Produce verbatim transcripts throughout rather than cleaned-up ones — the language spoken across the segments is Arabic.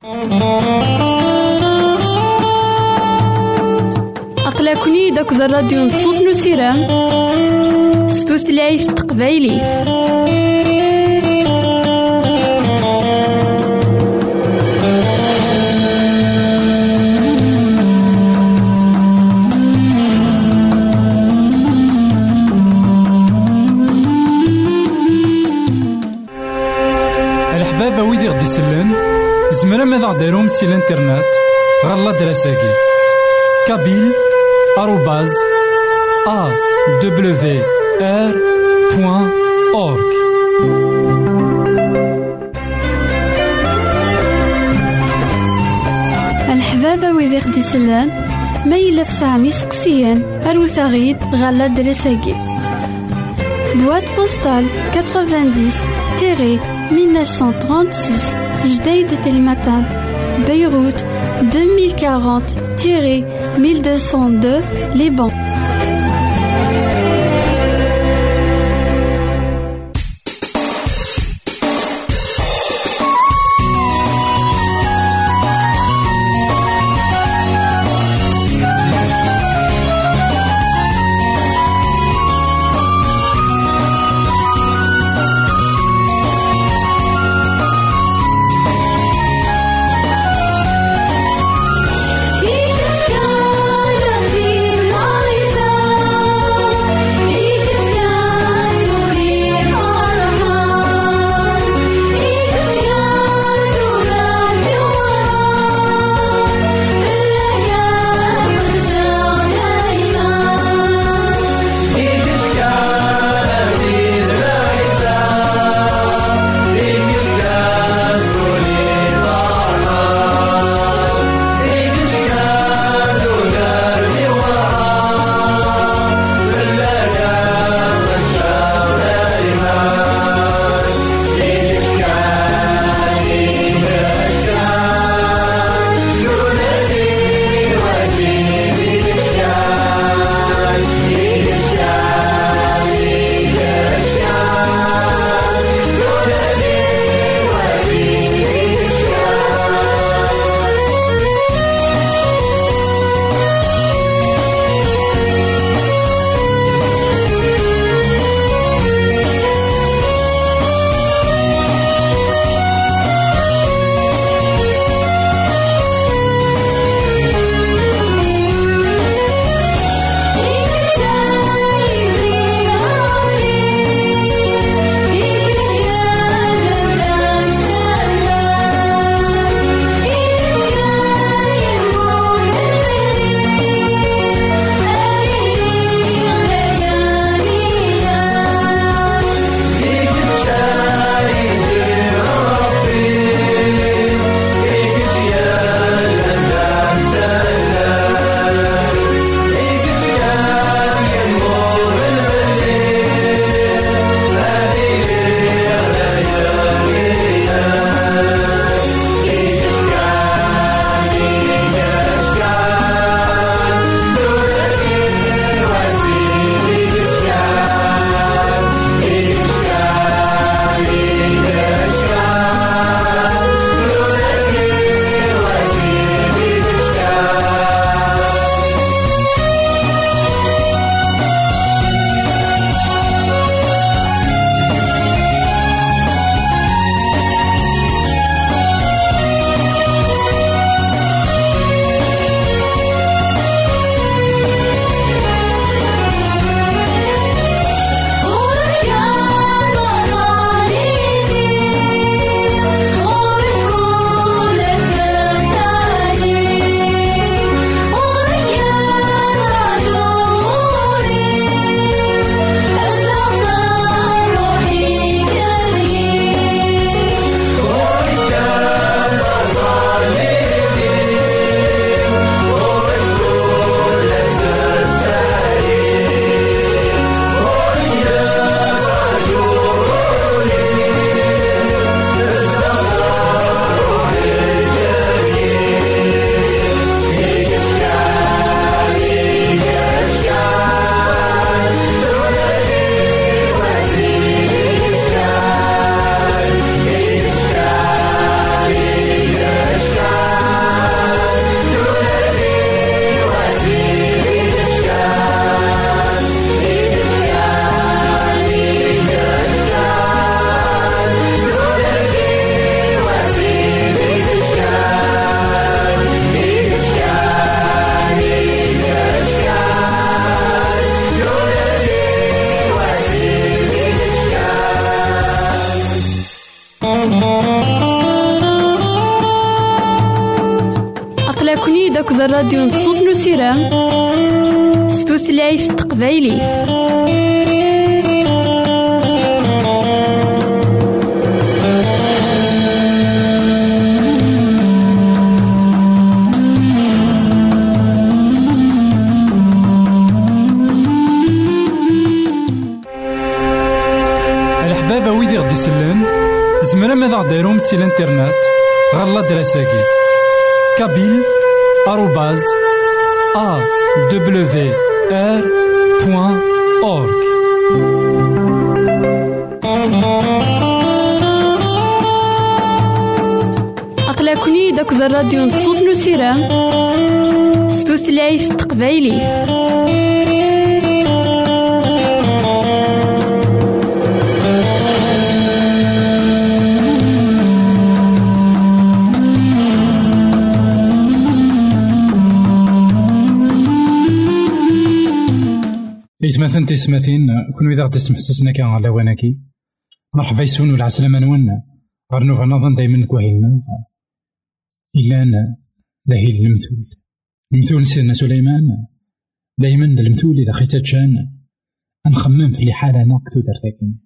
أقلكني داك الراديو نصوص نسيران ستوثلايف تقبايلي. الحبابة ويدي غدي يسلن زمرا ماذا غديرهم سي الانترنت غالا دراساكي كابيل آروباز أ دبليو آر بوان أورك. الحبابة ويدي غدي يسلن ما إلا سامي سقسيان أروثاغيد غالا دراساكي boîte postale quatre-vingt-dix mille neuf cent trente-six Jdeï de Télématin Beyrouth deux mille quarante mille deux cent deux Liban. Isa أقلكني داك الراديو نصوص نسيرام ستوثلايف تقبايلي. الحبابة ويدي غدي يسلم زمرا ماذا غديرهم سي الانترنت غالا دراساكي كابيل آروباز أ دبليو آر بوان أورك. أقلكني داك الراديو نصوص نسيرام ستوثلايف تقبايلي. إتمثل تسمثين كون إذا غدي تسمح سسنا كان على وناكي مرحبا يسون والعسلامة نوانا غرنو غنظن دايما كوهيلنا إلا أنا لاهي المثول المثول سيدنا سليمان دايما المثول إذا خيتا جان نخمم في حالة أنا كتو درتاكين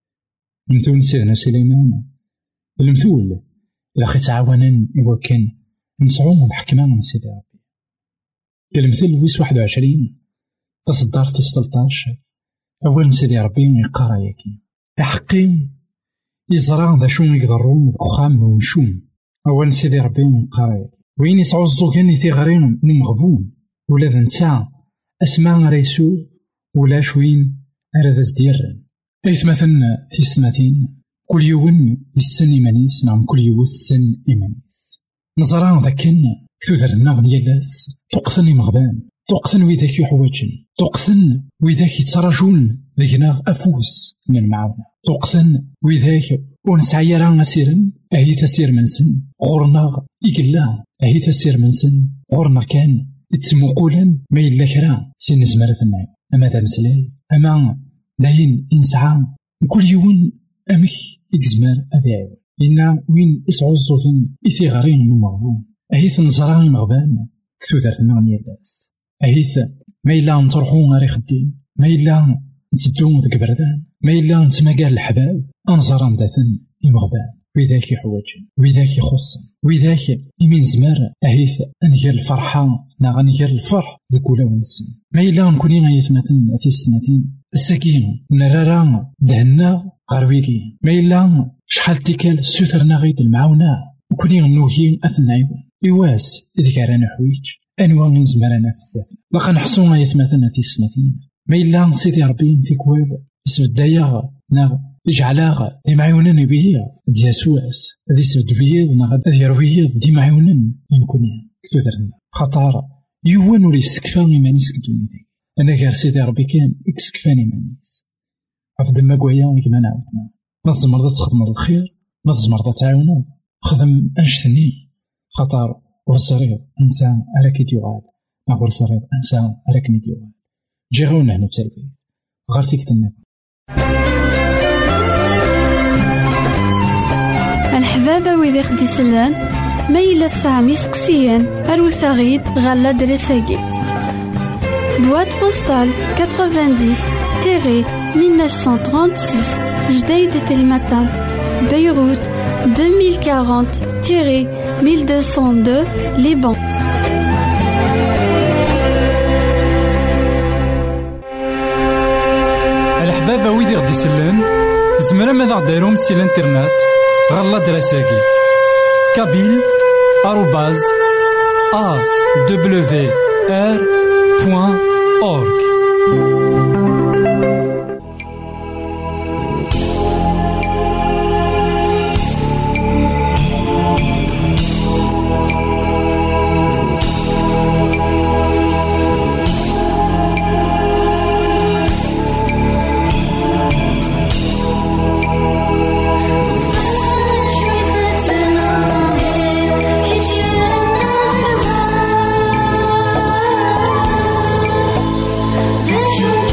المثول سيدنا سليمان المثول إذا خيت عاونا إوا كان نسعوم الحكمة من سيدي ربي المثل ويس واحد وعشرين تصدر تستلطاش أول سيدي ربي يقرا ياكي حقي يزرع ذا شون يقدرون خام ومشون أول سيدي ربي يقرا ياكي وين يسعو الزوجين يتغرين نمغبون ولا ذا نتا أسماء ريسو ولا شوين أراد زديرن أيث مثلا في سنتين كل يوم يسن إيمانيس نعم كل يوم يسن إيمانيس نزرع ذا كن كتوذرنا غنيالاس تقثني مغبان تقثن ويداك يحوجن تقثن ويداك يتراجون ذينا أفوس من المعاونة تقثن ويداك ونسعي راه سيرن أهي تسير من سن غورنا إقلا أهي تسير من سن غورنا كان يتسمقولا ما إلا كرا سين زمرة النعيم أما ذا مسلاي أما لاين إنسعى كل يوم أمك إكزمار أذيعي إنا وين إسعو الزوجين إثي غارين المغبون أهي تنزراني مغبان كتو ذاتنا غنيا الناس أهيث ما إلا نطرحون غير خديم ما إلا نتدون ذك بردان ما إلا نتماقال الحباب أنظران داثن يمغبان وذاك يحوجن وذاك يخصن وذاك يمين زمار أهيث أنجال الفرحة نا غنجال الفرح ذك ولا ونسن ما إلا نكوني غايث مثلا في السنتين السكين نرارا دهنا غرويكي ما إلا شحال تيكال سوثرنا غيد المعاونة وكوني غنوهين أثنى عيوان إواس ذكرنا حويج أنواع من زمرنا في السفن لقا نحصونا يتمثلنا في السنتين ما إلا سيدي ربي في كوال يسفد داياغ ناغ يجعلاغ دي معيونان بيض دي يسواس دي سفد بيض ناغ دي رويض دي معيونان يمكنين كتوثرنا خطارة يوان ولي سكفاني مانيس كدوني دي أنا غير سيدي ربي كان إكسكفاني مانيس أفضل ما قويا كما نعاودنا نظم مرضى تخدم الخير نظم مرضى تعاونا خدم أنشتني خطار ورصريض إنسان أراكي ديوغال ما ورصريض إنسان أراكني ديوغال جيغونا هنا بتربية غارتيك تنبا الحبابة ويدي خدي سلان ميلا السامي سقسيان أروثاغيد غالا دريساكي بواد بوستال تسعين تيري mille neuf cent trente-six جديدة تلمتان بيروت deux mille quarante tiret mille deux cent deux Liban. الحبابة ويدي غدي يسلم زمرا ماذا غديرهم سي الانترنت غالا دراساكي كابيل آروباز أ دبليو آر بوان أورك. Should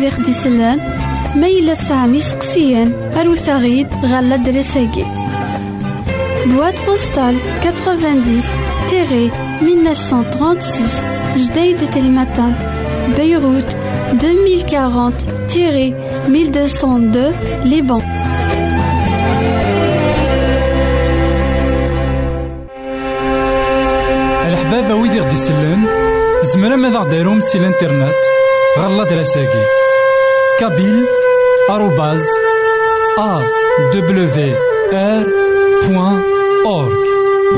ويدي خدي سلان ميلا سامي سقسيان أروثاغيد غالا دريساكي بواد بوستال تسعين مية وتسعمية وثلاثة وثلاثين جديد تلمتان بيروت deux mille quarante mille deux cent deux Liban. الحبابة ويدي غدي يسلن زمرا ماذا غديرهم سي الانترنت غالا دراساكي كابيل آروباز أ دبليو آر بوان أورك.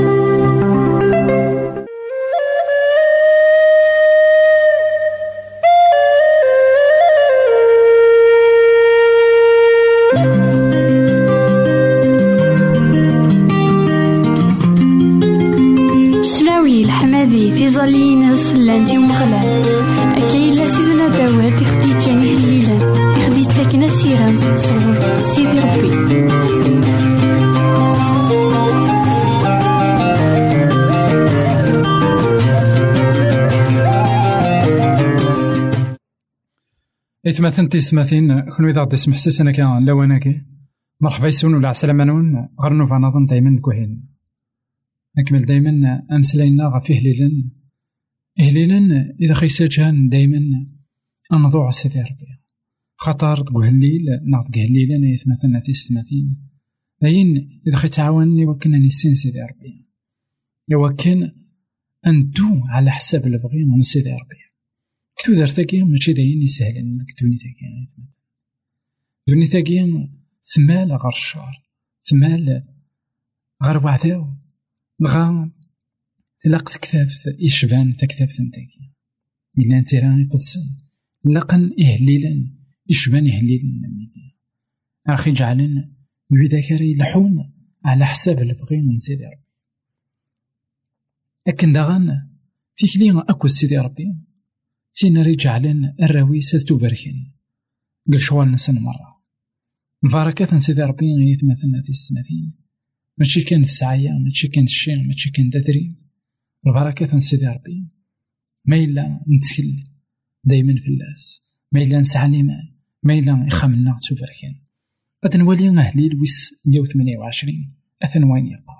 في ظلينس لانتي ومغلال أكي لا سيدنا داوود يخدي جاني الليلان يخدي تاكنا سيران صور سيدي ربي. إثماثن تيسماثين كنو إذا غدي سمح سيسنا كان لواناكي مرحبا يسون ولا عسلامة نون غرنو فنظن دايما كوهين نكمل دايما أمسلينا غفي هليلن هليلن إذا خيساجان دايما أنضوع سيدي ربي خطر تقول الليل نعطق هليلن يثمثلنا تيستماثين داين إذا خي تعاونني وكنا نسين سيدي ربي يوكن أندو على حساب البغي من سيدي ربي كتو دار ثاقيا ماشي داين يسهلن دك دوني ثاقيا يثمثل دوني ثاقيا ثمال غير الشعر ثمال غير وعداو بغا تلاقت كتابت يشبان تكتابت نتاكي إلا انت راني قدسن لقن إهليلا يشبان إهليلا نميكي أخي جعلن بذكري لحون على حساب البغي من سيدي ربي أكن داغان تيكلي أكو سيدي ربي تيناري جعلن الراوي ستبركن قل شوال نسن مرة البركات سيدي ربي يتمثلنا في السماثين ماشي كان السعية ماشي كان الشيء ماشي كان تدري البركة سيدي ربي ما إلا نتكل دايما في اللاس ما إلا نسعى الإيمان ما إلا يخمنا تبركين أتنولي أهلي الويس مية وثمانية وعشرين أثنوين يقع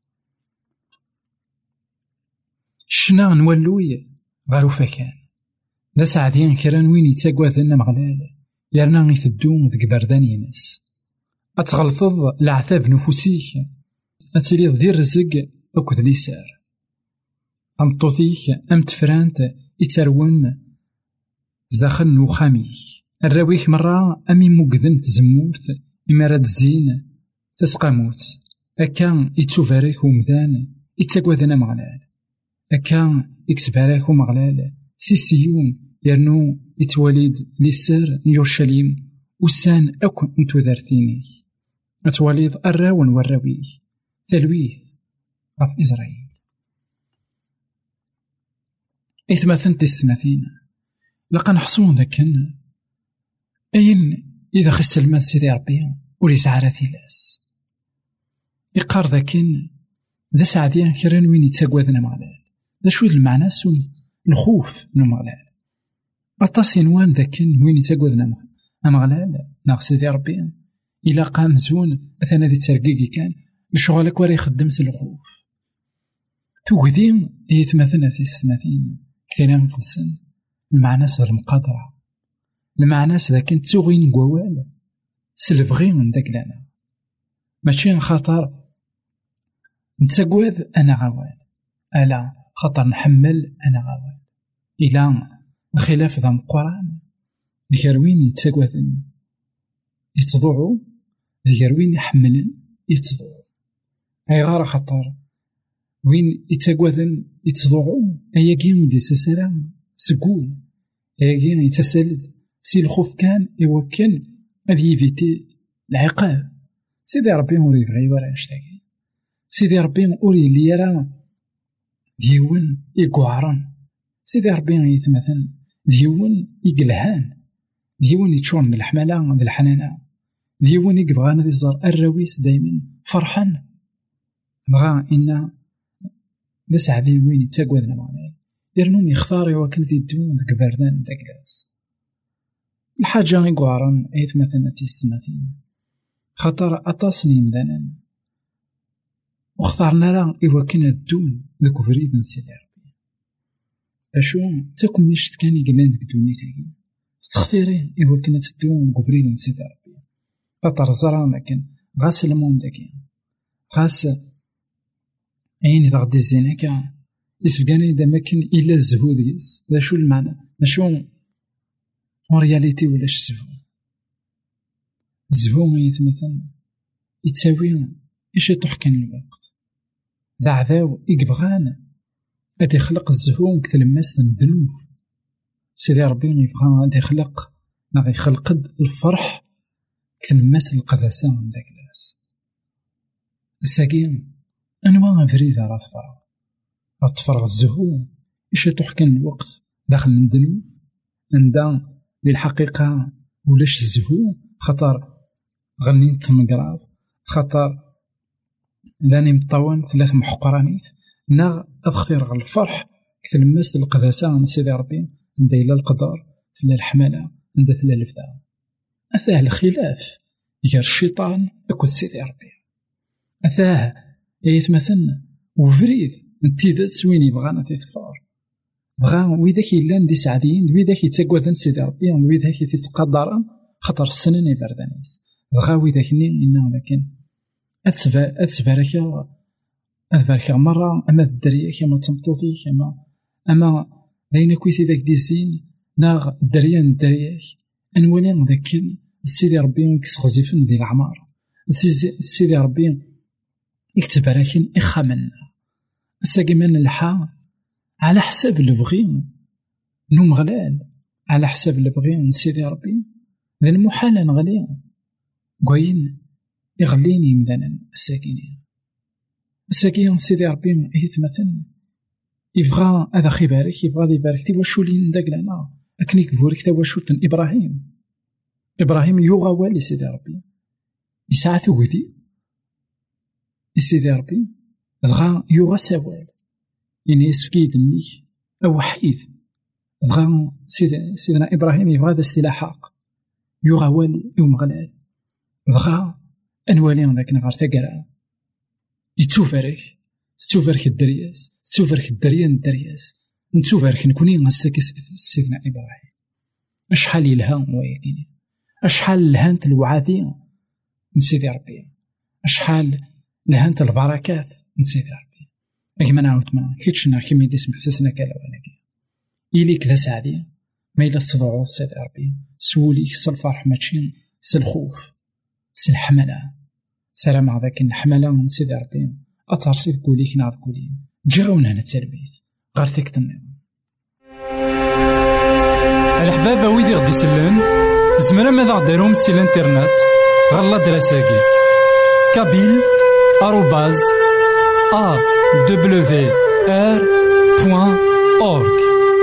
شنا نولوي غارو فكان ذا سعدين كران وين يتاقوا ذنا مغلال يرنا يثدون ذك بردان ينس أتغلطض العذاب نفوسيك أتلي ذي الرزق أكد ليسار أمطوثيك أم تفرانت إترون زداخل نوخاميك الراويك مرة أمي مقذن تزمورت إمارات الزين تسقاموت أكا إتوفاريك ومذان إتاقوذنا مغلال أكا إكسباريك ومغلال سيسيون يرنو إتواليد ليسار نيورشاليم وسان أكون انتو ذارثينيك أتواليد الراون والراويك تلويث غف إسرائيل إثماثن تستماثين لقا نحصون ذاكن أين إذا خس المال سيدي ربي وليس عارثي لاس إقار ذاكن ذا سعديان كران وين يتساقوذنا مغلال ذا شوية المعنى سوم الخوف من مغلال أطاسين وان ذاكن وين يتساقوذنا مغلال ناغ سيدي ربي إلا قام زون أثنى ذي ترقيقي كان بشغلك ورا يخدم سلخوف توقدين يتمثلنا في السماثين كثيرا مقدسن المعنى سر مقادرة المعنى سذا كنت تغين قوال سلبغين من ذاك لنا ماشي خاطر نتساقوذ أنا غوال ألا خاطر نحمل أنا غوال إلا خلاف ذا القرآن ذكروين يتساقوذن يتضوعوا ذكروين يحملن يتضوعوا أي غار خطر وين يتساقوذن يتضوعوا أي كيم دي سسرام سقول أي كيم يتسلد سي الخوف كان يوكن أذي فيتي العقاب سيدي ربي أوري بغي ولا يشتكي سيدي ربي أوري لي يرى ديون يقعرن سيدي ربي يتمثل ديون يقلهان ديون يتشون من الحملة من الحنانة ديون يقبغانا ذي الزر الرويس دايما فرحان بغا إنا بس عدي وين يتساقوذنا معنا يرنون يختار يوكن ذي الدون ذاك بردان ذاك لاس الحاجة يقارن ايت مثلا في السنتين خاطر أطاسني مدانا واختارنا لا إوا كنا الدون ذاك فريد نسيدي ربي أشو تاكم ميشت كان يقلان ذاك الدوني تاكي تختيرين إوا كنا تدون ذاك فريد نسيدي ربي خاطر زرا لكن غاس المون داكي غاس أين ذا غدي الزينة كا يسبقاني دا ماكن إلا الزهود يس ذا شو المعنى أشو رياليتي ولاش الزهو الزهو مثلا يتساوي إيش يطوح كان الوقت ذا عذاو يقبغان أدي يخلق الزهو كتلماس الذنوب سيدي ربي يبغى أدي يخلق نغي يخلق الفرح كتلماس القذاسة من داك الناس الساقين أنواع فريدة راه تفرغ راه تفرغ الزهو إيش يطوح كان الوقت داخل الذنوب عندها للحقيقة ولاش الزهو خطر غنين تمقراض خطر لاني مطوان ثلاث محقرانيت نا أذخير غل الفرح كتلمس القذاسة عن سيدي ربي عند إلى القدر ثلا الحمالة عند ثلا البداية أثاه الخلاف يجر الشيطان أكو سيدي ربي أثاه يتمثلنا وفريد انتي سويني بغانا تيتفار بغا ويداك يلان دي سعديين ويداك يتساقوذن سيدي ربي ويداك يتسقدر خطر السنن يبردانيس بغا ويداك نين إنا لكن أتبارك أتبارك مرة أما الدرية كما تمطوطي كما أما لين كويتي ذاك دي الزين ناغ الدرية الدرية أنولي ذاك سيدي ربي يكسغزيفن ذي العمار سيدي ربي يكتباركين إخامنا الساقي من الحا على حساب البغي نوم غلال على حساب البغي سيدي ربي ذا المحال نغلي قوين يغليني مدانا الساكنين الساكين سيدي ربي يثمثن يبغى هذا خيبارك يبغى يبارك تي واشو لين داك لنا اكنيك بورك تا واشو تن ابراهيم ابراهيم يوغا والي سيدي ربي يساعثو غدي سيدي ربي دغا يوغا سوال يعني يسفكيد منيك او حيد دغا سيد سيدنا ابراهيم يبغى هذا استلاحاق يوغا والي يوم غلال دغا أنوالي ذاك نغار تقرا يتوفرك تتوفرك الدرياس تتوفرك الدريان الدرياس نتوفرك نكوني غساك سيدنا إبراهيم أشحال يلهان ويقيني أشحال لهانت الوعاذية نسيدي ربي أشحال لهانت البركات نسيدي ربي أكما نعاود ما كيتشنا كيما يدي سمح سسنا كالا ولكن إليك ذا سعدي ما إلا تصدعو سيدي ربي سوليك سالفرح ماشين سالخوف سالحملة سلام عذاك الحملة من سيدي ربي أترسيد كوليك نعض كولين جيغون هنا التربيت غير ثيك تنظيم الحبابة ويدي غدي سلان زمرا ماذا غديرهم سي الانترنت غالا دراساكي كابيل آروباز أ دبليو آر بوان أورك.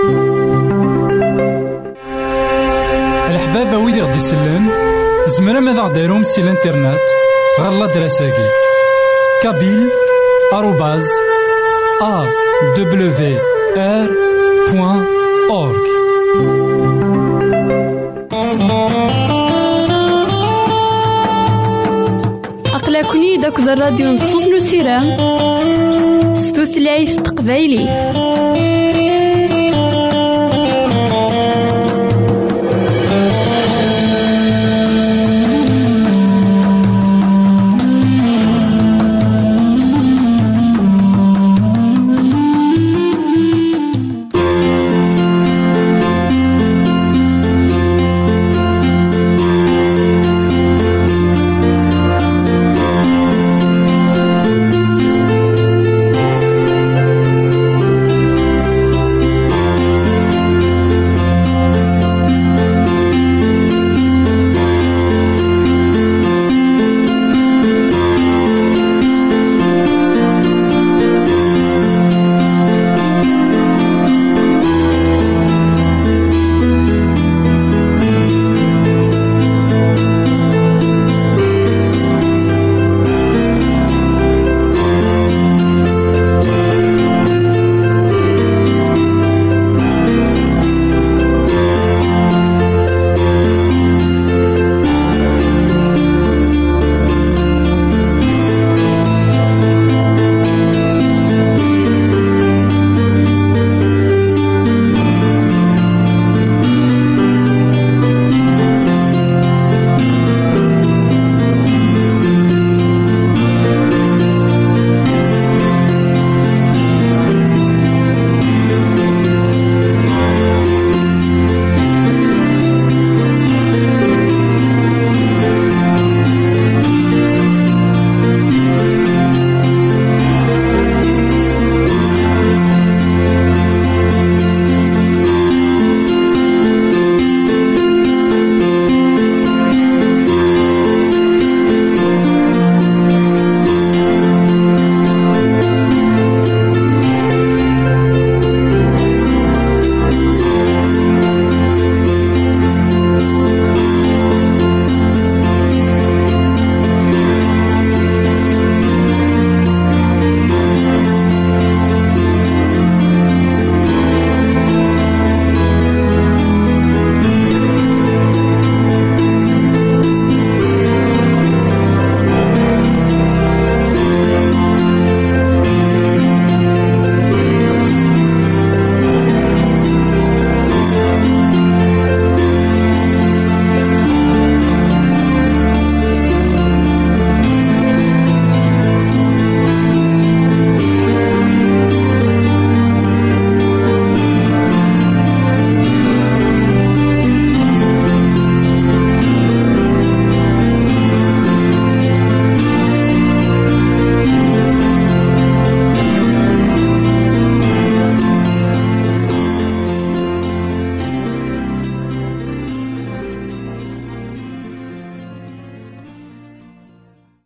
الحبابة ويدي غدي سلان زمرا ماذا غديرهم سي الانترنت غالا دراساكي كابيل آروباز أ دبليو آر بوان أورك. أقلكني داك الراديو نصوص نسيران ستوثلايف تقبايلي.